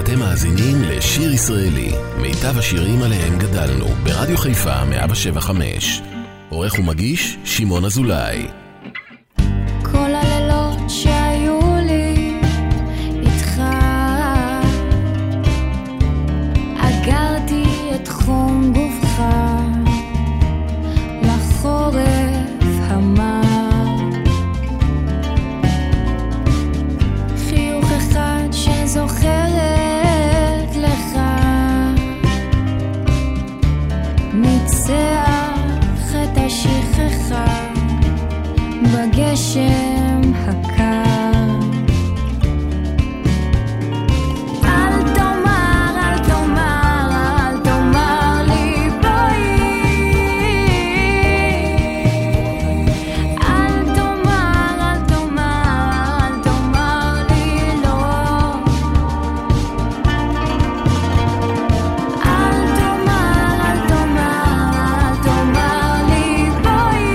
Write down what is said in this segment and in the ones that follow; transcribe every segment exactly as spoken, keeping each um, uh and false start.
אתם מאזינים לשיר ישראלי, מיטב השירים עליהם גדלנו, ברדיו חיפה מאה שבע חמש. עורך ומגיש שמעון אזולאי. כל הלילות שהיו לי איתך, אגרתי את חום גופך לחורף המר, חיוך אחד שזוכרת לך, ניצח את השכחה בגשם הקר. אל תאמר, אל תאמר, אל תאמר לי בואי, אל תאמר, אל תאמר, אל תאמר לי לא, אל תאמר, אל תאמר, אל תאמר לי בואי,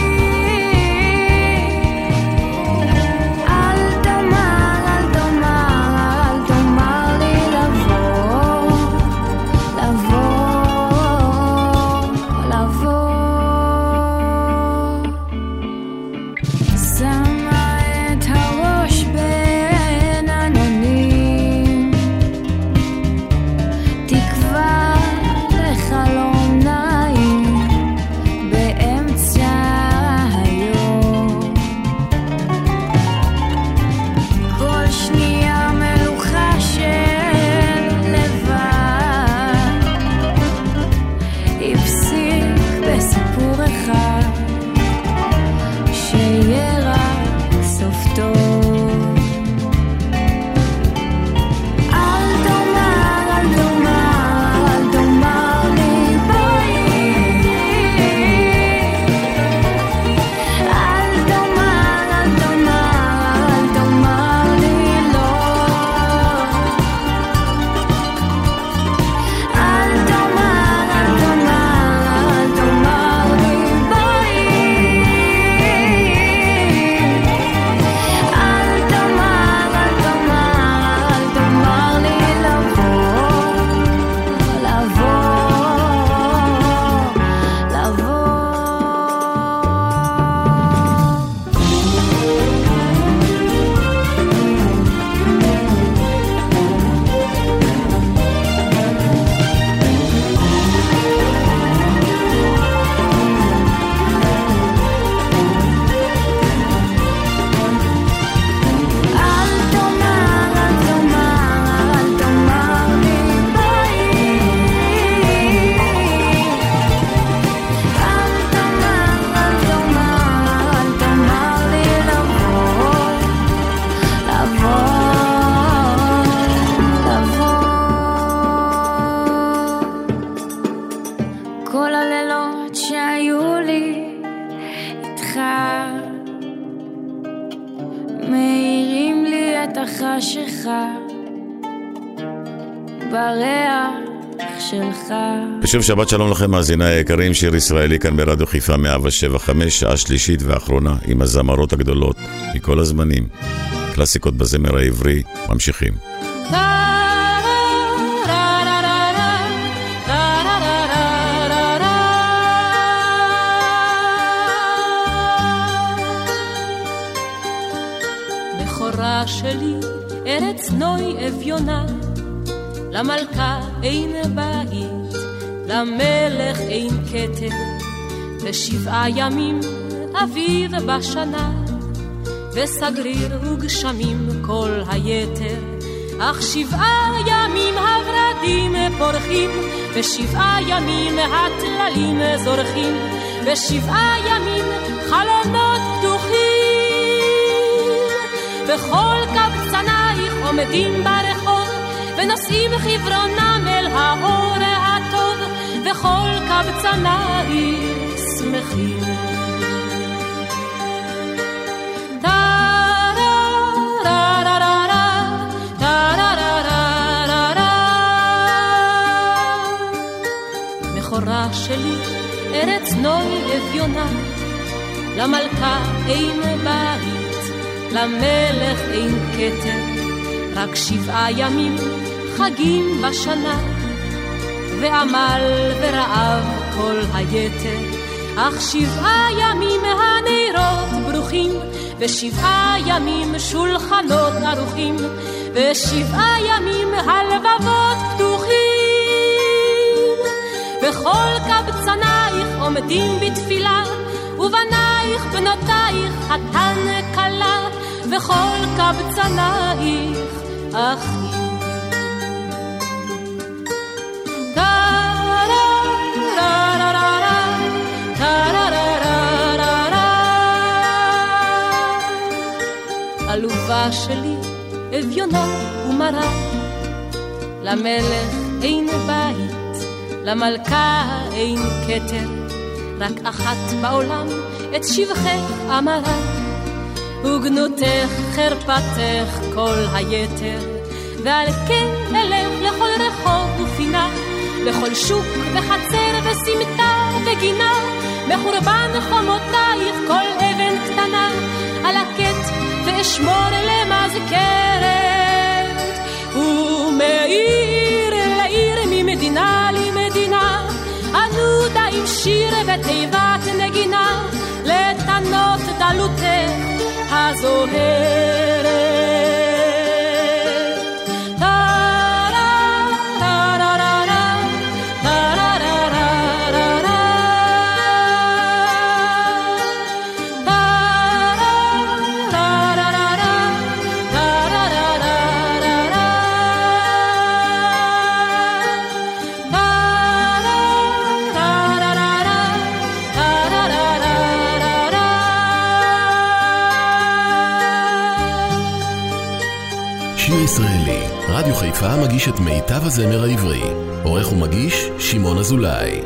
שוב שבת שלום לכם מאזיני היקרים, שיר ישראלי כאן ברדיו חיפה מאה שבע חמש, שעה שלישית ואחרונה עם הזמרות הגדולות מכל הזמנים, קלאסיקות בזמר העברי. ממשיכים. בכורה שלי ארץ נוי אביונה, למלכה אין בית, למלך אין כתר, ושבעה ימים אביב בשנה, וסגריר וגשמים כל היתר, אך שבעה ימים הורדים פורחים, ושבעה ימים הטללים זורחים, ושבעה ימים חלונות פתוחים, וכל קבצנייך עומדים ברחוב, ונושאים חברונם אל האור הטוב, וכל קבצנייך שמחים. בכורה שלי ארץ נוי אביונה, למלכה אין בית, למלך אין כתר, רק שבעה ימים חגים בשנה, ועמל ורעב כל היתר, אך שבעה ימים הנרות ברוכים, ושבעה ימים שולחנות ערוכים, ושבעה ימים הלבבות פתוחים. וכל קבצנייך עומדים בתפילה, ובנייך בנותייך חתן כלה, וכל קבצנייך אחים. עלובה שלי אביונה ומרה, למלך אין בית, למלכה אין כתר, רק אחת בעולם את שבחך אמרה, וגנותך חרפתך כל היתר. ועל כן אלך לכל רחוב ופינה, לכל שוק וחצר וסמטה וגינה, מחורבן חומותייך כל אבן קטנה, על הקט ואשמור למזכרת, ומעיר לעיר ממדינה למדינה, ענודה עם שיר ותיבת נגינה, לתנות דלותך הזוהרת. ישראלי, רדיו חיפה מגיש את מיטב הזמר העברי. עורך ומגיש שמעון אזולאי.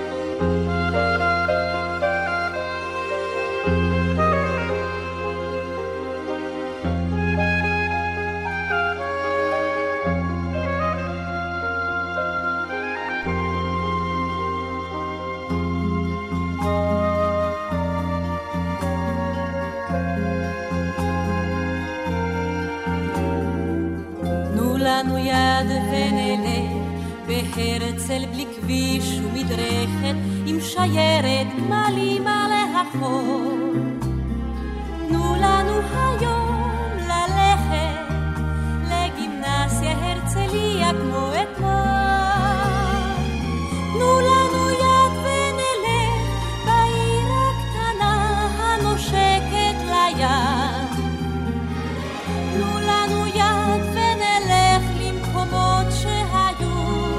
בהרצל בלי כביש ומדרכת, עם שיירת גמלים על החור. תנו לנו היום ללכת לגימנסיה הרצליה כמו אתמול. תנו לנו יד ונלך בעיר הקטנה הנושקת לים. תנו לנו יד ונלך למקומות שהיו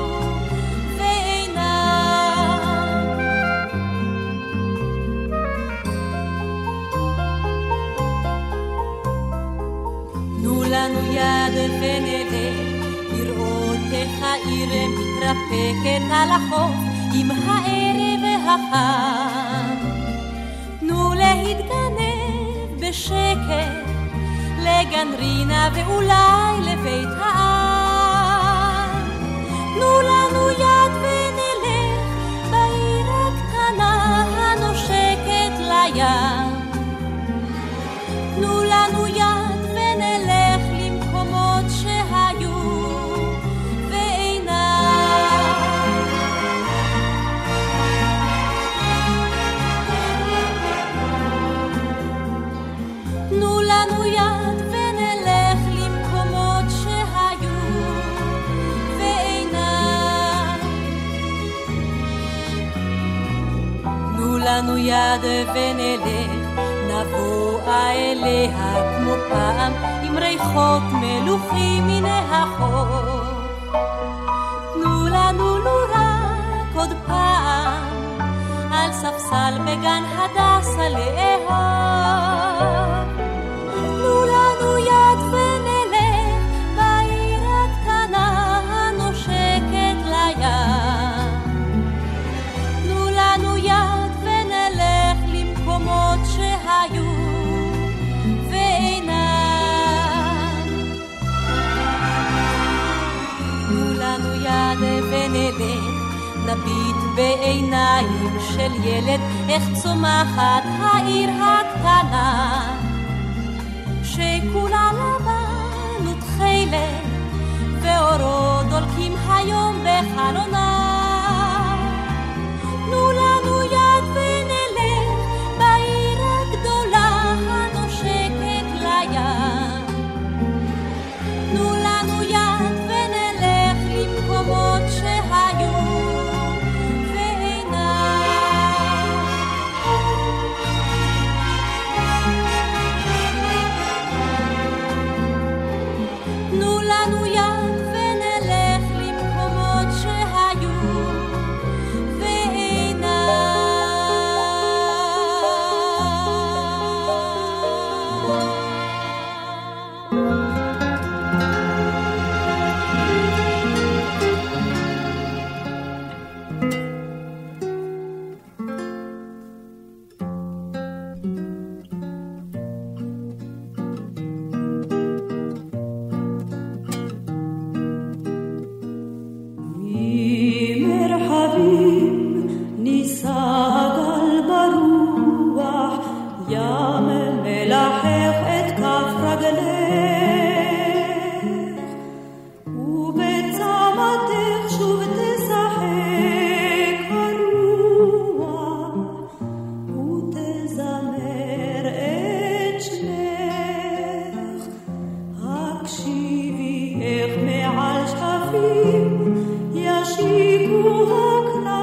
לנו יד ונלך לראות איך העיר מתרפקת על החוף עם הערב החם. תנו להתגנב בשקט לגן רינה ואולי לבית העם. תנו לנו יד ונלך בעיר הקטנה הנושקת לים. תנו לנו יד ונלך למקומות שהיו ואינם. תנו לנו יד ונלך למקומות שהיו ואינם. תנו לנו יד ונלך נבוא אליה כמו פעם עם ריחות מלוכים מן החוף. תנו לנו לו רק עוד פעם על ספסל בגן הדסה לאהוב. תנו לנו יד ונלך בעיר הקטנה הנושקת לים. תנו לנו יד ונלך למקומות שהיו ואינם. תנו לנו יד ונלך נביט בעיניים של ילד איך צומחת העיר הקטנה שכולה לבן ותכלת ואורות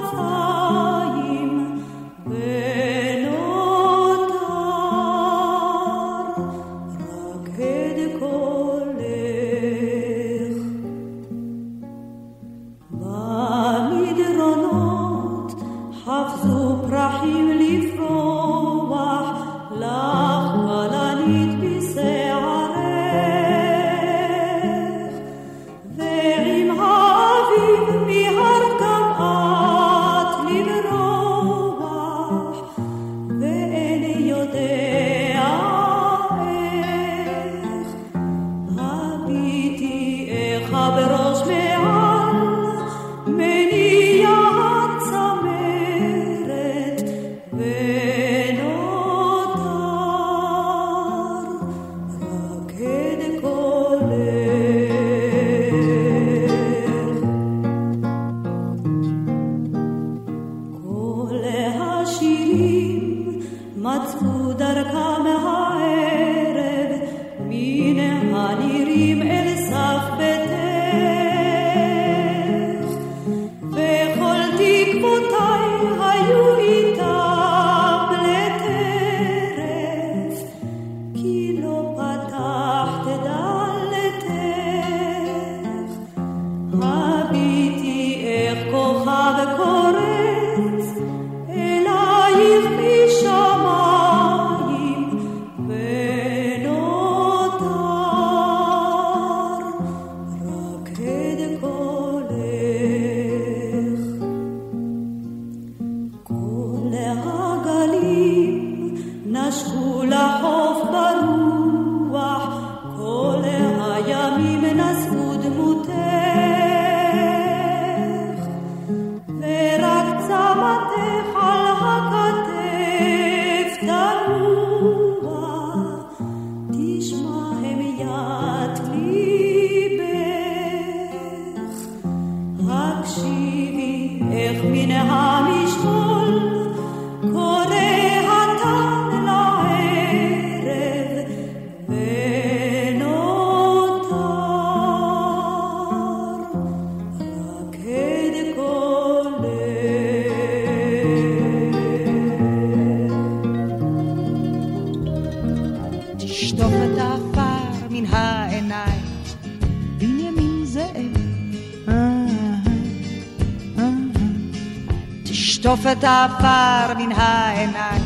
תשטוף את האפר מן העיניים,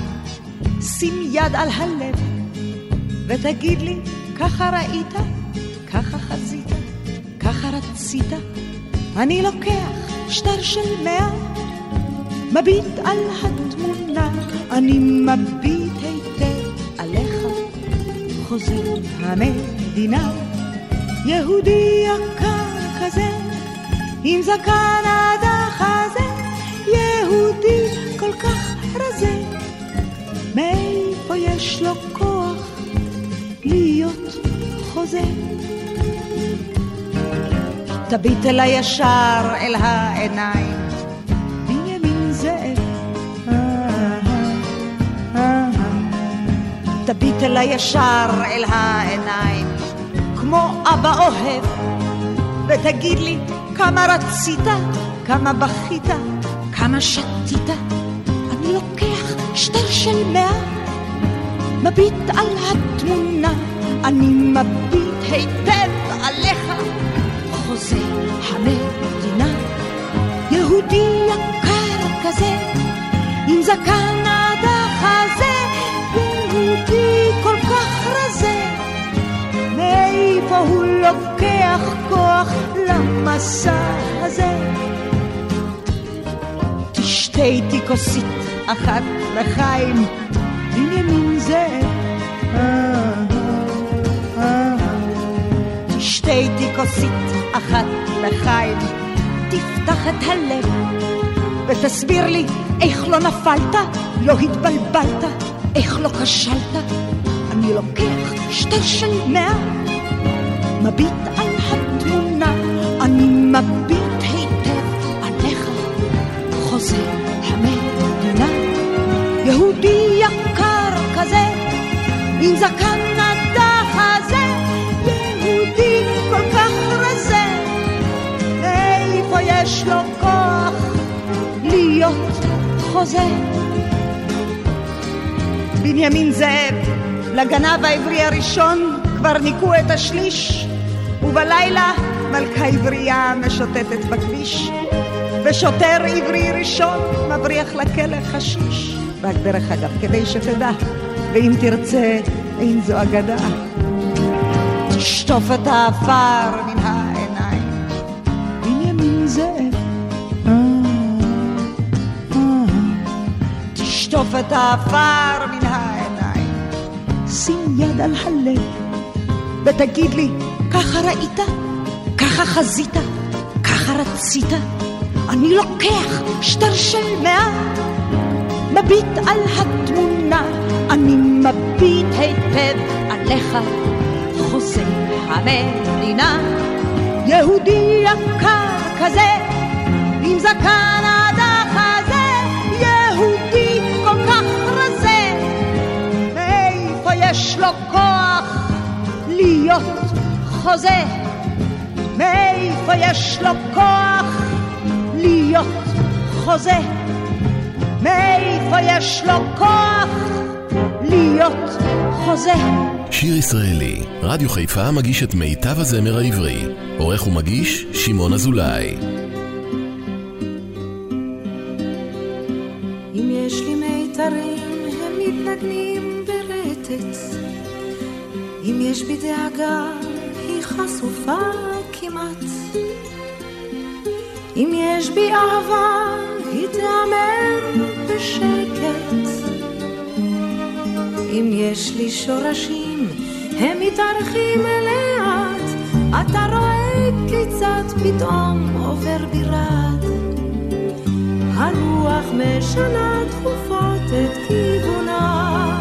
שים יד על הלב ותגיד לי, ככה ראית, ככה חזית, ככה רצית. אני לוקח שטר של מאה, מביט על התמונה, אני מביט היטב עליך, חוזר המדינה. יהודי יקר כזה, עם זקן עד החזה, יהודי כל כך רזה, מאיפה יש לו כוח להיות חוזה? תביט אל הישר אל העיניים, בנימין זאב, תביט אל הישר אל העיניים, כמו אבא אוהב, ותגיד לי כמה רצית, כמה בכית, כמה שתית. אני לוקח שטר של מאה, מביט על התמונה, אני מביט היטב עליך, חוזה המדינה. יהודי יקר כזה, עם זקן עד החזה, יהודי כל כך רזה, מאיפה הוא לוקח כוח למסע הזה? תשתה איתי כוסית אחת לחיים, בנימין זאב, תשתה איתי כוסית אחת לחיים, תפתח את הלב ותסביר לי איך לא נפלת, לא התבלבלת, איך לא כשלת. אני לוקח שטר של מאה, מביט על התמונה, אני מביט היטב עליך, חוזה המדינה. יהודי יקר כזה, עם זקן עד החזה, יהודי כל כך רזה, מאיפה יש לו כוח להיות להיות חוזה. בנימין זאב, לגנב העברי הראשון כבר ניקו את השליש, ובלילה מלכה עברייה משוטטת בכביש, ושוטר עברי ראשון מבריח לכלא חשיש. רק דרך אגב, כדי שתדע, ואם תרצה, אין זו אגדה. תשטוף את האפר מן העיניים, בנימין זאב. אה, אה. תשטוף את האפר מן העיניים, שים יד על הלב, ותגיד לי, ככה ראית? ככה חזית? ככה רצית? אני לוקח שטר של מאה, מביט על התמונה, אני מביט היטב עליך, חוזה המדינה. יהודי יקר כזה, עם זקן עד החזה, יהודי כל כך רזה, מאיפה יש לו כוח להיות חוזה? מאיפה יש לו כוח להיות חוזה? מאיפה יש לו כוח להיות חוזה? שיר ישראלי, רדיו חיפה מגיש את מיטב הזמר העברי. עורך ומגיש שמעון אזולאי. אם יש לי מיתרים הם מתנגנים ברטט, אם יש בי דאגה היא חשופה כמעט, אם יש בי אהבה היא תאמר בשקט, אם יש לי שורשים הם מתארחים לאט, אתה רואה כיצד פתאום עובר בירד, הרוח משנה תחופות את כיוונה,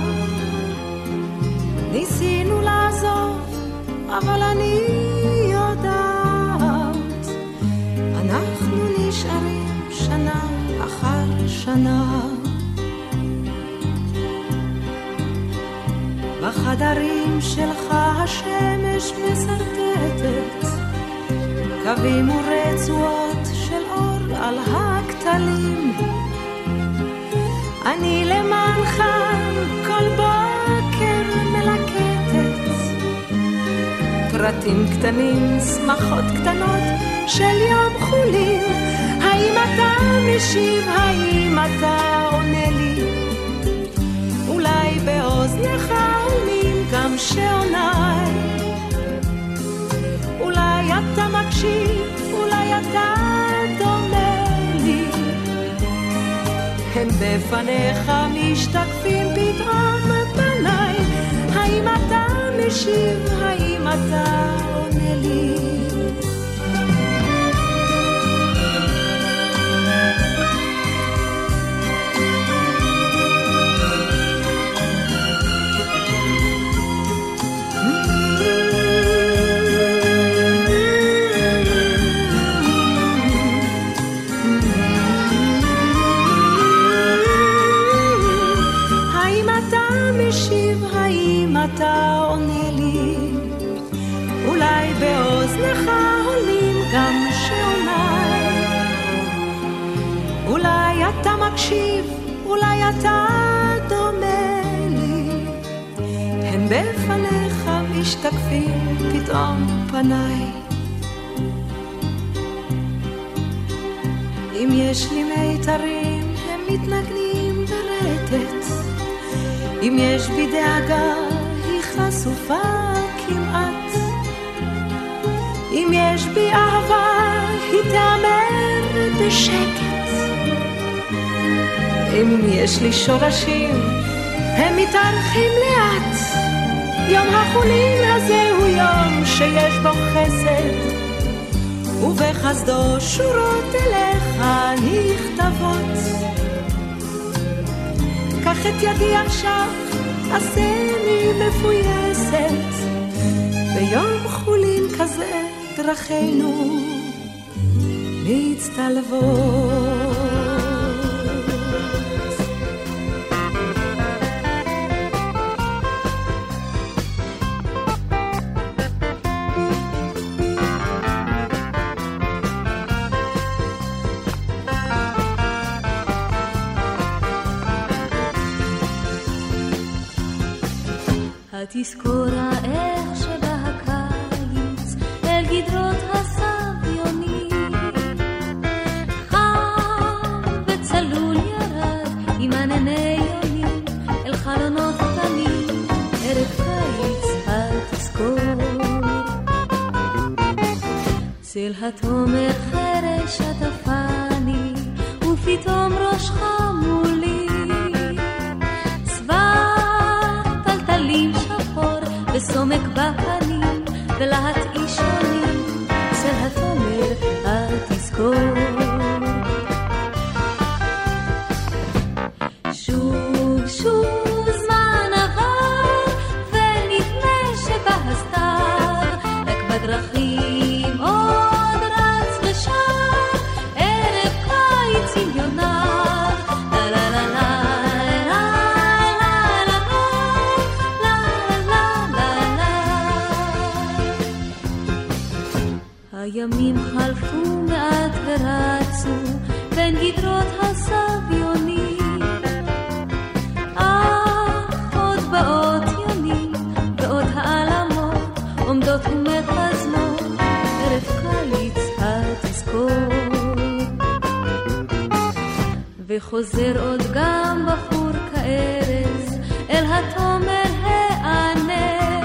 ניסינו לעזוב אבל אני יודעת, אנחנו נשארים שנה אחר שנה. בחדרים שלך השמש מסרטטת קווים ורצועות של אור על הכתלים, אני למענך כל בוקר מלקטת פרטים קטנים, שמחות קטנות של יום חולים. האם אתה משיב, האם אתה עונה לי, אולי באוזנך עונים גם שעוניי, אולי אתה מקשיב, אולי אתה דומה לי, הם בפניך משתקפים פתאום פניי, האם אתה משיב, האם אתה עונה לי. אתה עונה לי, אולי באוזנך עולים גם שעוניי, אולי אתה מקשיב, אולי אתה דומה לי, הם בפניך משתקפים פתאום פניי. אם יש לי מיתרים הם מתנגנים ברטט, אם יש בי דאגה היא חשופה כמעט, אם יש בי אהבה היא תאמר בשקט, אם יש לי שורשים הם מתארחים לאט, יום החולין הזה הוא יום שיש בו חסד, ובחסדו שורות אליך נכתבות, קח את ידי עכשיו, עשני מפויסת, ביום חולין כזה דרכינו מצטלבות. תזכור איך שבהקיץ אל גדרות הסביונים חם וצלול ירד עם ענני יונים אל חלונות קטנים ערב קיץ התזכור צל התומר חרש עטפני ופתאום ראשך מולי וסומק בפנים ולהט אישונים צל התומר התזכור שוב שוב זמן עבר ונדמה שבהסתר רק בדרכים עוד רץ ושב ערב קיץ עם יוניו לה לה לה לה הימים חלפו מעט ורצו בין גדרות הסביונים אך עוד באות יונים ועוד העלמות עומדות ומחזמות ערב קיץ התזכור וחוזר עוד גם בחור כארז אל התומר הענב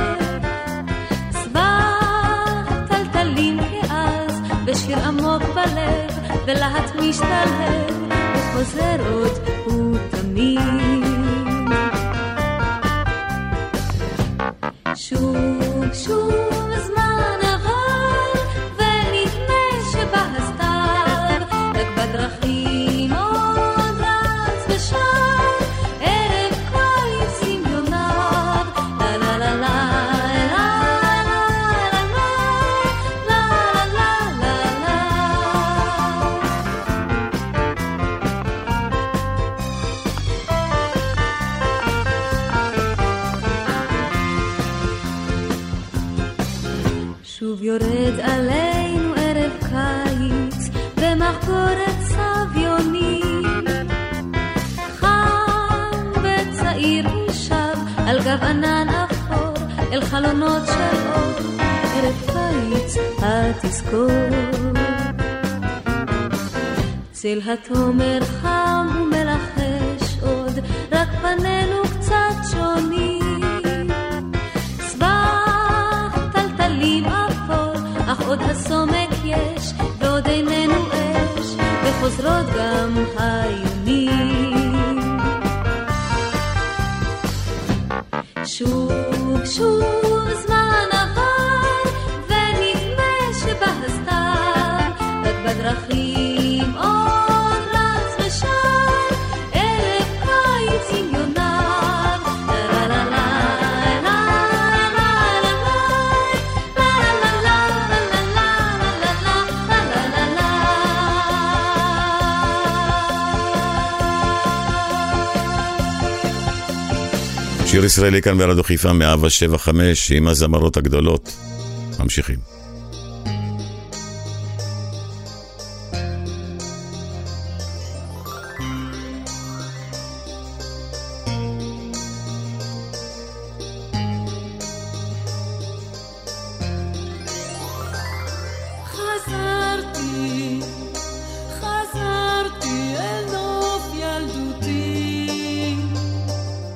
בשיר עמוק בלב ולהט משתלב וחוזר עוד ותמיד שוב שוב זמן עבר ונדמה שבהסתר רק בדרכים עוד רץ ושב ערב קיץ עם יוניו לה לה לה לה שוב יורד עלינו ערב קיץ במחגורת סביונים חם וצעיר ושב על גב ענן אפור אל חלונות של אור ערב קיץ התזכור צל התומר חם ומלחש עוד רק פנינו קצת שונים אך עוד הסומק יש ועוד איננו אש וחוזרות גם היונים שוב שוב זמן עבר ונדמה שבהסתר רק בדרכים עוד רץ ושב ערב קיץ עם יוניו לה לה לה שיר ישראלי כאן ברדיו חיפה מאה שבע חמש עם הזמרות הגדולות. ממשיכים. חזרתי, חזרתי אל נוף ילדותי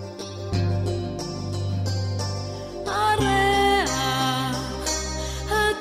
הריח,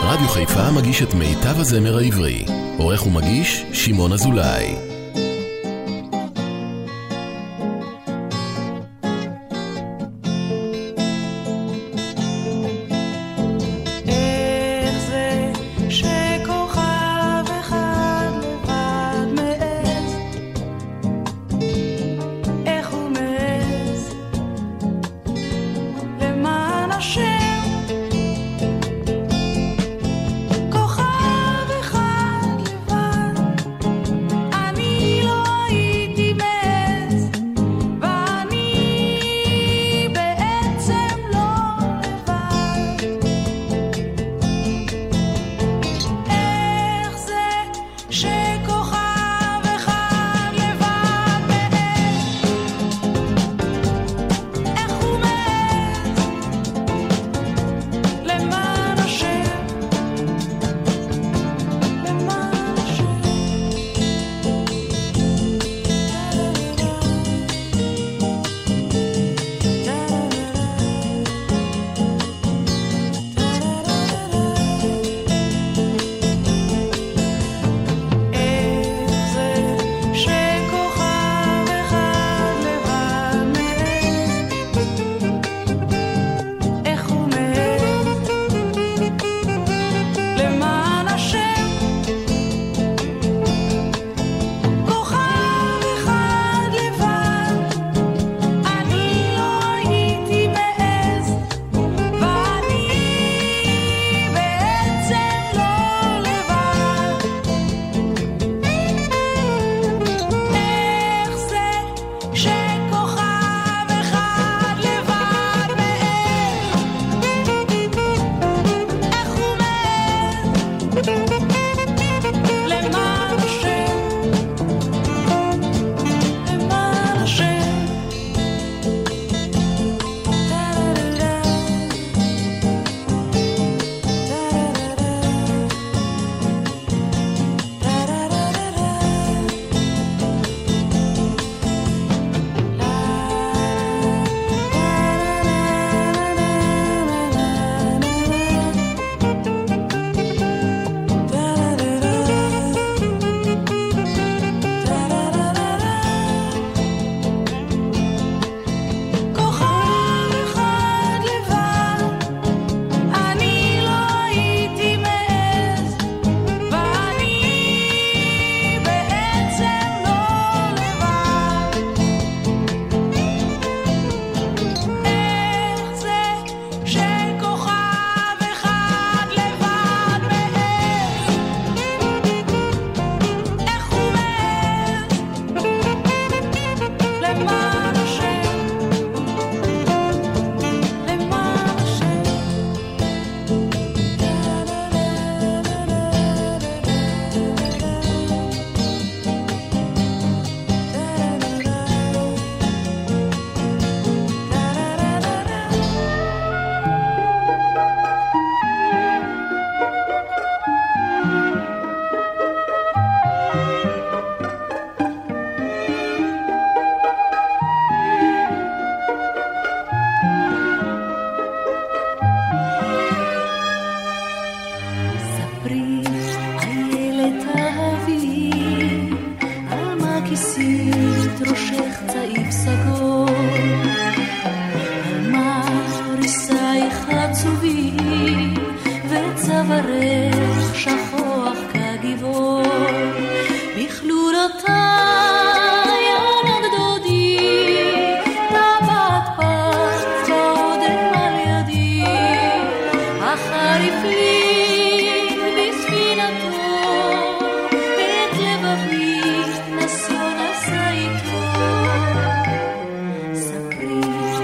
רדיו חיפה מגיש את מיטב הזמר העברי. עורך ומגיש שמעון אזולאי.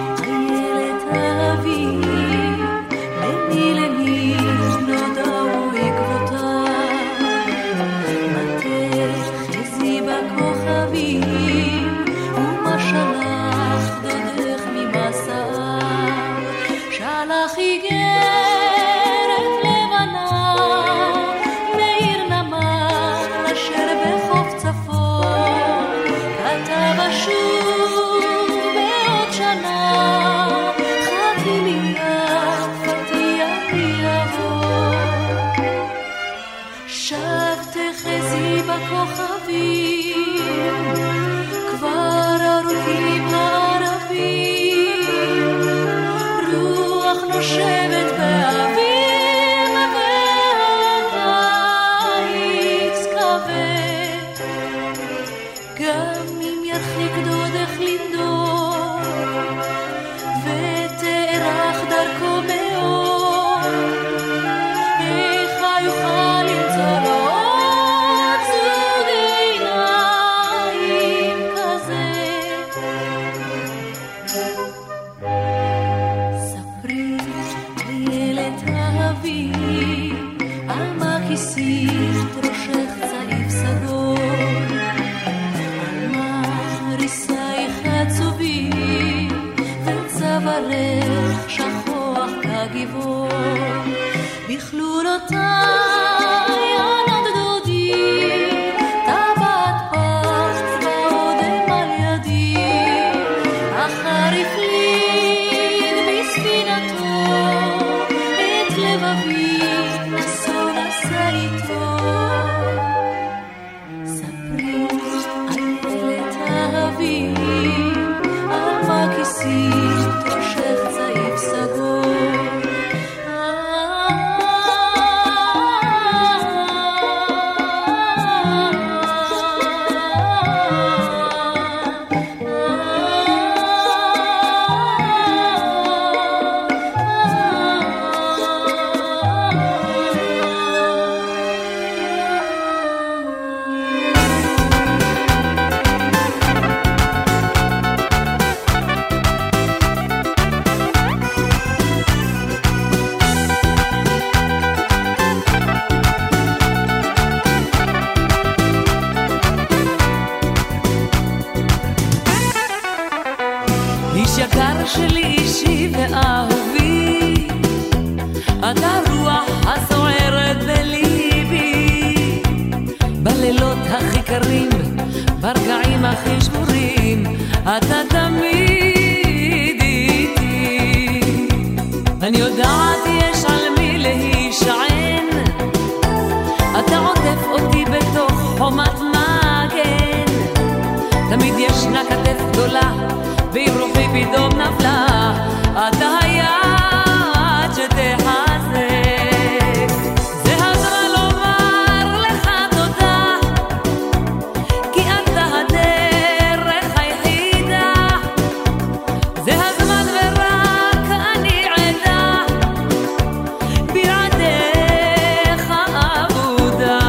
למי למי נודעו כוכבים, כבר ארוכים הערבים, רוח נושבת באוויר והקיץ כבד, גם אם ירחיק דודך לנדוד ותארך דרכו מאוד, איך יוכל למצוא לו עוד זוג עיניים כזה. ספרי ילד אהבי על מה כיסית ראשך צעיף סגול, על מה ריסייך עצובים וצווארך שכוח כגיבור, בכלולותיי ענד דודי טבעת פח ועודם על ידי, אחר הפליג בספינתו את לבבי נסו נסע איתו. ספרי על ילד אהבי על מה כיסית ראשך צעיף סגול, איש יקר שלי, אישי ואהובי, אתה רוח הסוערת בליבי, בלילות הכי קרים, ברגעים הכי שבורים, אתה תמיד איתי. אני יודעת יש על מי להישען, אתה עוטף אותי בתוך חומת מגן, תמיד ישנה כתף גדולה ואם רוחי פתאום נפלה, אתה היד שתחזק. זה הזמן לומר לך תודה, כי אתה הדרך היחידה, זה הזמן ורק אני עדה, בלעדיך אבודה.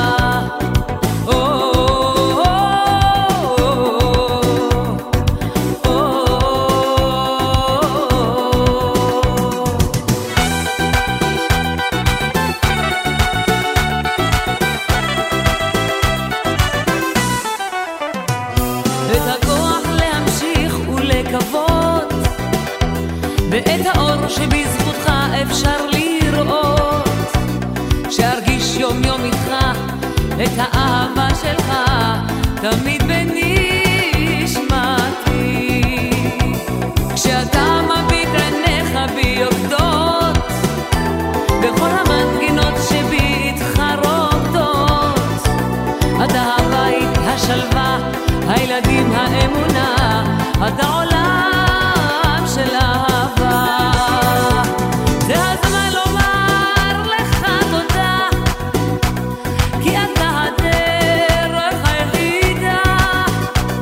ואת האור שבזכותך אפשר לראות, שארגיש יום יום איתך את האהבה שלך תמיד בנשמתי. כשאתה מביט עיניך בי יוקדות, בכל המנגינות שבי איתך רוקדות, אתה הבית, השלווה, הילדים, האמונה, אתה עולם של אהבה. זה הזמן לומר לך תודה, כי אתה הדרך היחידה,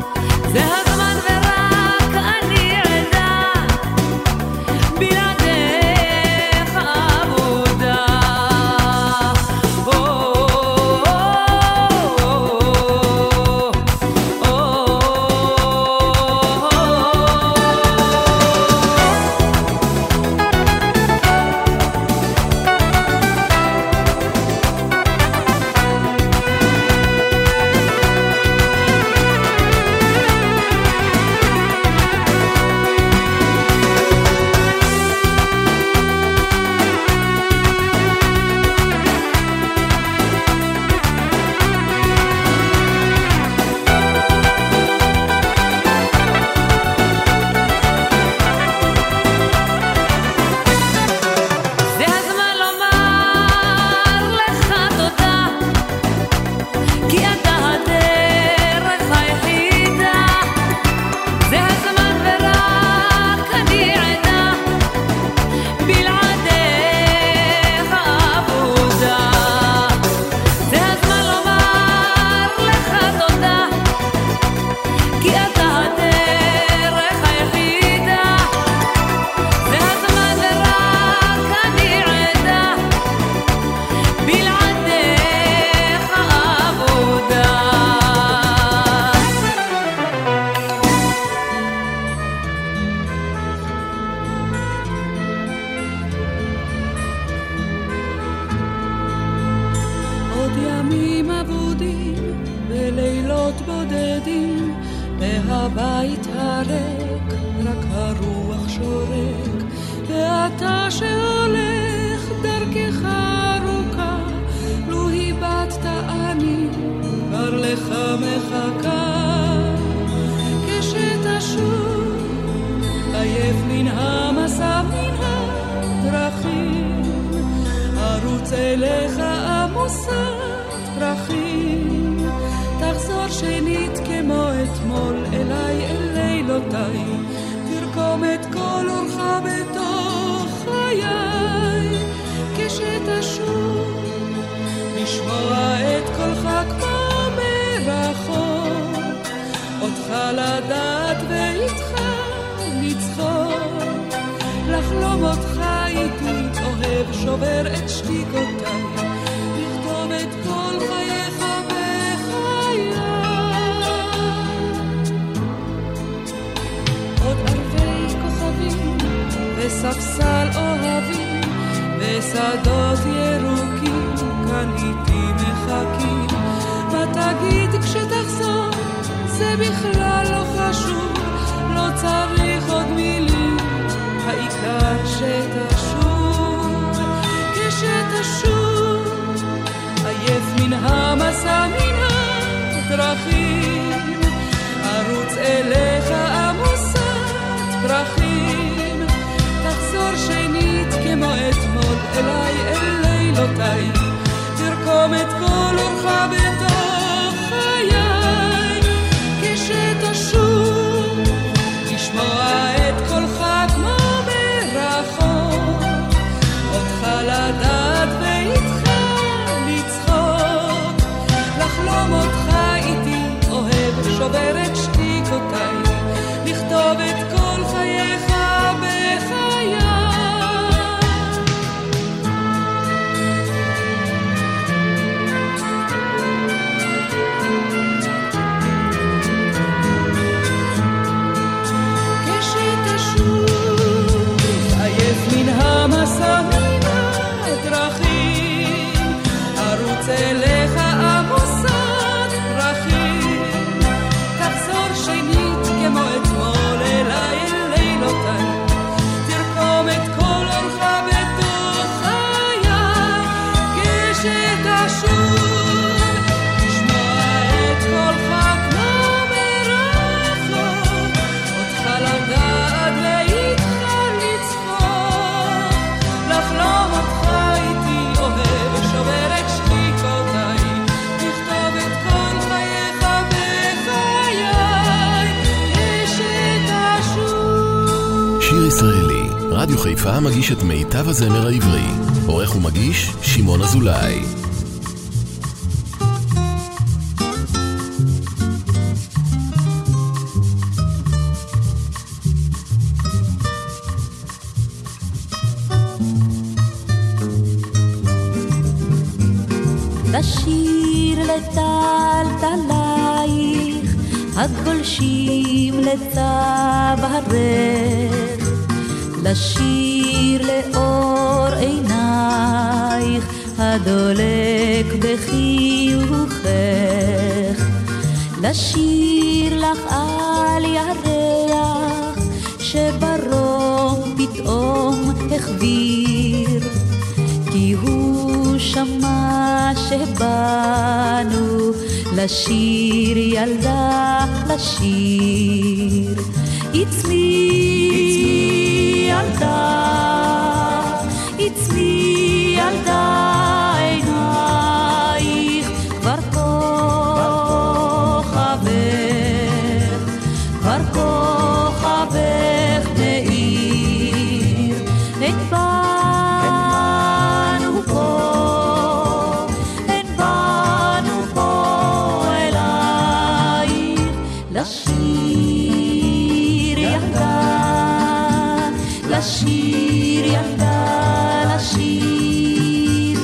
ימים אבודים ולילות בודדים, והבית הריק רק הרוח שורק, ואתה שהולך דרכך ארוכה, לו היבטת אני כבר לך מחכה. כשתשוב עייף מן המסע מן הדרכים, ארוץ אליך עמוסת פרחים, תחזור שנית כמו אתמול אליי אל לילותיי, תרקום את כל אורך בתוך חיי. כשתשוב לשמוע את קולך כמו מרחוק, אותך לדעת ואיתך לצחוק, לחלום אותך איתי אוהב שובר את שתיקותיי, לכתוב את כל חייך בחיי. עוד ערבי כוכבים וספסל אוהבים ושדות ירוקים כאן איתי מחכים, מה תגיד כשתחזור זה בכלל לא חשוב, לא צריך עוד מילים, העיקר שתשוב. כשתשוב עייף מן המסע מן הדרכים, ארוץ אליך עמוסת פרחים, תחזור שנית כמו אתמול אליי אל לילותיי, תרקום את כל אורך בתוך חיי. כשתשוב לשמוע את קולך כמו מרחוק, אותך לדעת ואיתך לצחוק, לחלום אותך איתי אוהב שובר את שתיקותיי, לכתוב את כל חייך בחיי. המסע מן הדרכים, ארוץ אליך עמוסת פרחים, תחזור שנית כמו אתמול אליי אל לילותיי, תרקום את כל אורך בתוך חיי. כשתשוב לשמוע את קולך כמו מרחוק, אותך לדעת ואיתך לצחוק, לחלום אותך איתי אוהב שובר את שתיקותיי, לכתוב את כל חייך בחיי. כשתשוב. שיר ישראלי, רדיו חיפה מגיש את מיטב הזמר העברי. עורך ומגיש שמעון אזולאי. לשיר לטלטלייך הגולשים לצווארך, לשיר לאור עינייך הדולק בחיוכך, לשיר לך על ירח שברום פתאום החביר, כי הוא שמע שבאנו לשיר ילדה לשיר. It's me ילדה, It's me ילדה, עינייך כבר כוכבך, כבר כוכבך מאיר, אין באנו פה, אין באנו פה אלייך, לשיר ילדה, לשיר ילדה, לשיר.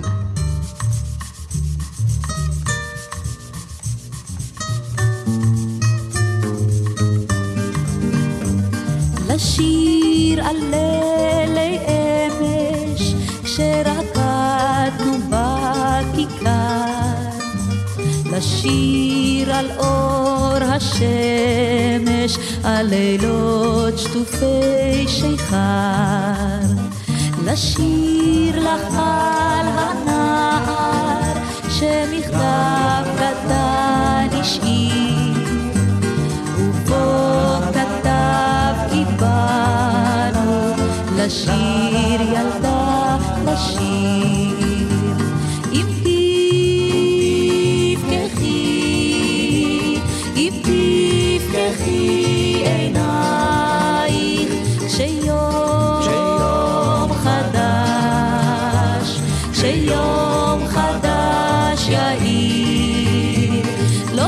לשיר על לילי אמש כשרקדנו בכיכר, לשיר על אור השמש, על לילות שטופי שיכר, לשיר לך על הנער שמכתב קטן השאיר, ובו כתב כי באנו לשיר ילדה לשיר. אם תפקחי, אם תפקחי עינייך כשיום חדש, כשיום חדש יאיר, לא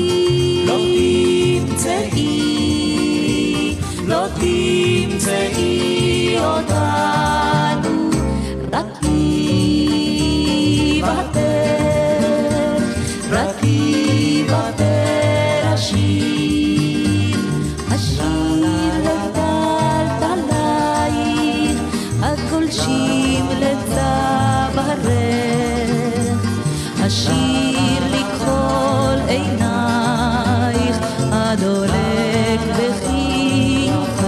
תמצאי, לא תמצאי אותנו, רק יוותר, רק יוותר השיר, השיר לטלטלייך, הגולשים לצווארך, השיר לכחול עינייך, הדולק בחיוכך.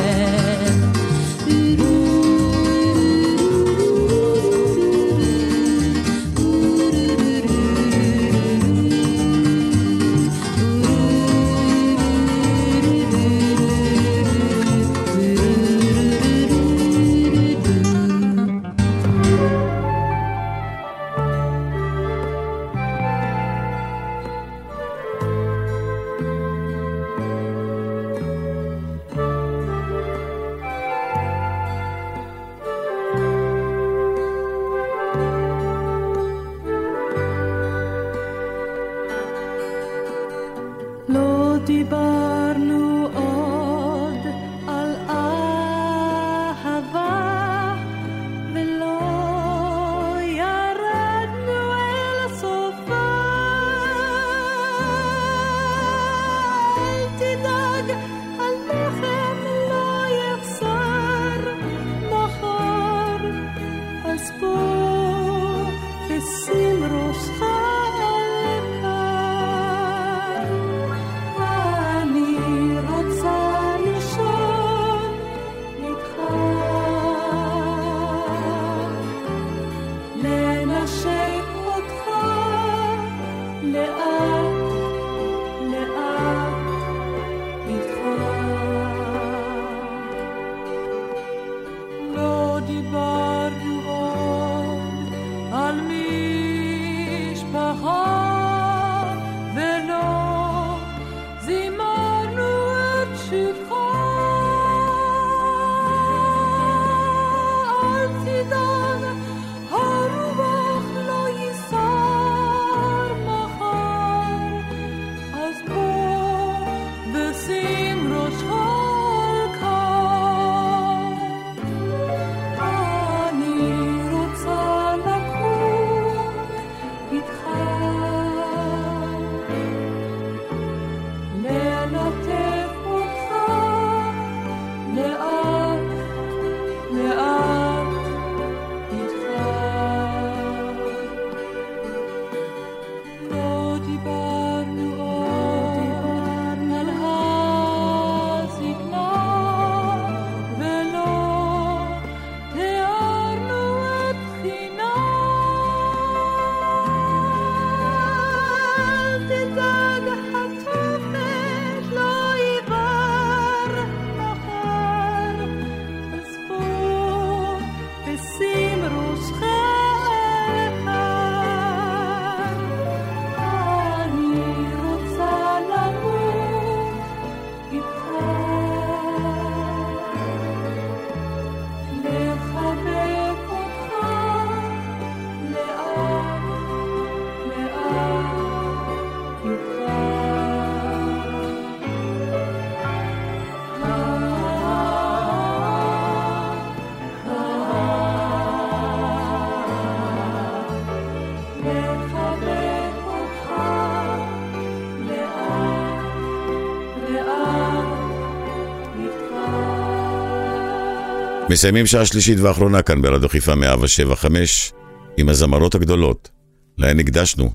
מסיימים שעה שלישית ואחרונה כאן ברדיו חיפה מאה שבע חמש עם הזמרות הגדולות, להן הקדשנו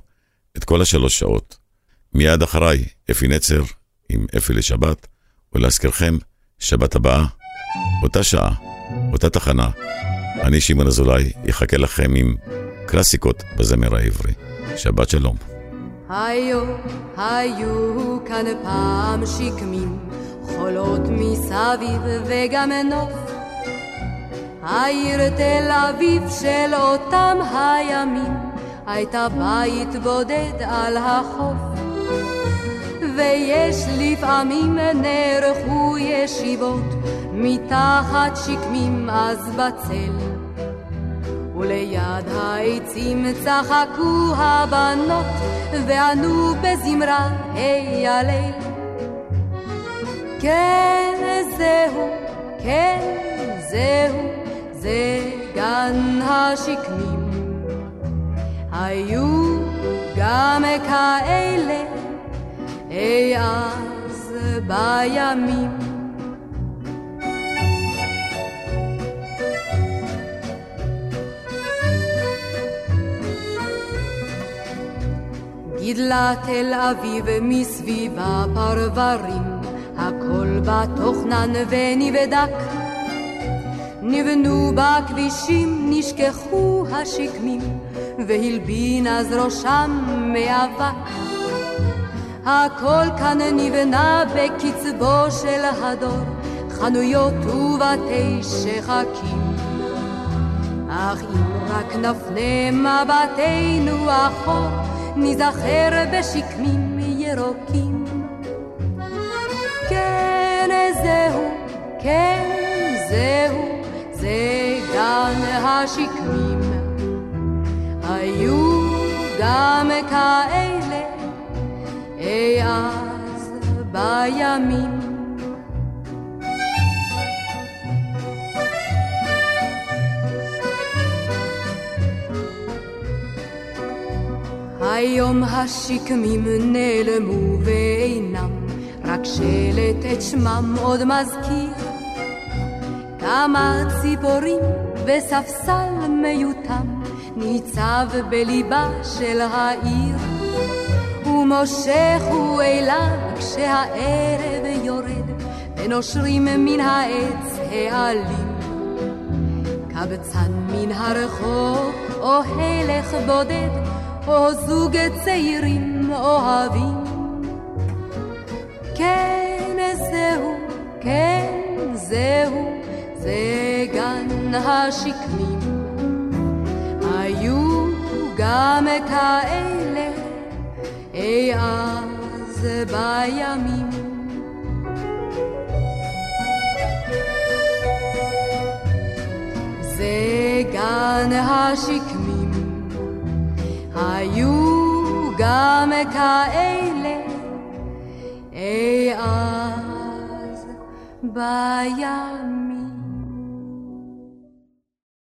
את כל השלוש שעות. מיד אחריי, אפי נצר עם אפי לשבת, ולהזכירכם, שבת הבאה, אותה שעה, אותה תחנה, אני שמעון אזולאי, יחכה לכם עם קלאסיקות בזמר העברי. שבת שלום. היו, היו כאן פעם שקמים, חולות מסביב וגם נוף, העיר תל אביב של אותם הימים, הייתה בית בודד על החוף, ויש לפעמים נערכו ישיבות מתחת שקמים אז בצל, וליד העצים צחקו הבנות וענו בזמרה היי הליל. כן זהו, כן זהו, זה גן השקמים, היו גם כאלה אי אז בימים. גידלה תל אביב מסביב הפרברים, הכל בתוכנן ונבדק, נבנו בכבישים, נשכחו השקמים, והלבין אז ראשם מאבק. הכל כאן נבנה בקצבו של הדור, חנויות ובתי שחקים, אך אם רק נפנה מבטנו אחור, נזכר בשקמים ירוקים. כן זהו, כן זהו, זה גן השקמים, היו גם כאלה אי אז בימים. היום השקמים נעלמו ואינם, רק שלט את שמם עוד מזכיר, כמה ציפורים וספסל מיותם ניצב בליבה של העיר, ומושך הוא אליו כשהערב יורד ונושרים מן העץ העלים, קבצן מן הרחוב או הלך בודד או זוג צעירים אוהבים. כן זהו, כן זהו, זה גן השקמים, היו גם כאלה אי אז בימים. זה גן השקמים, היו גם כאלה אי אז בימים.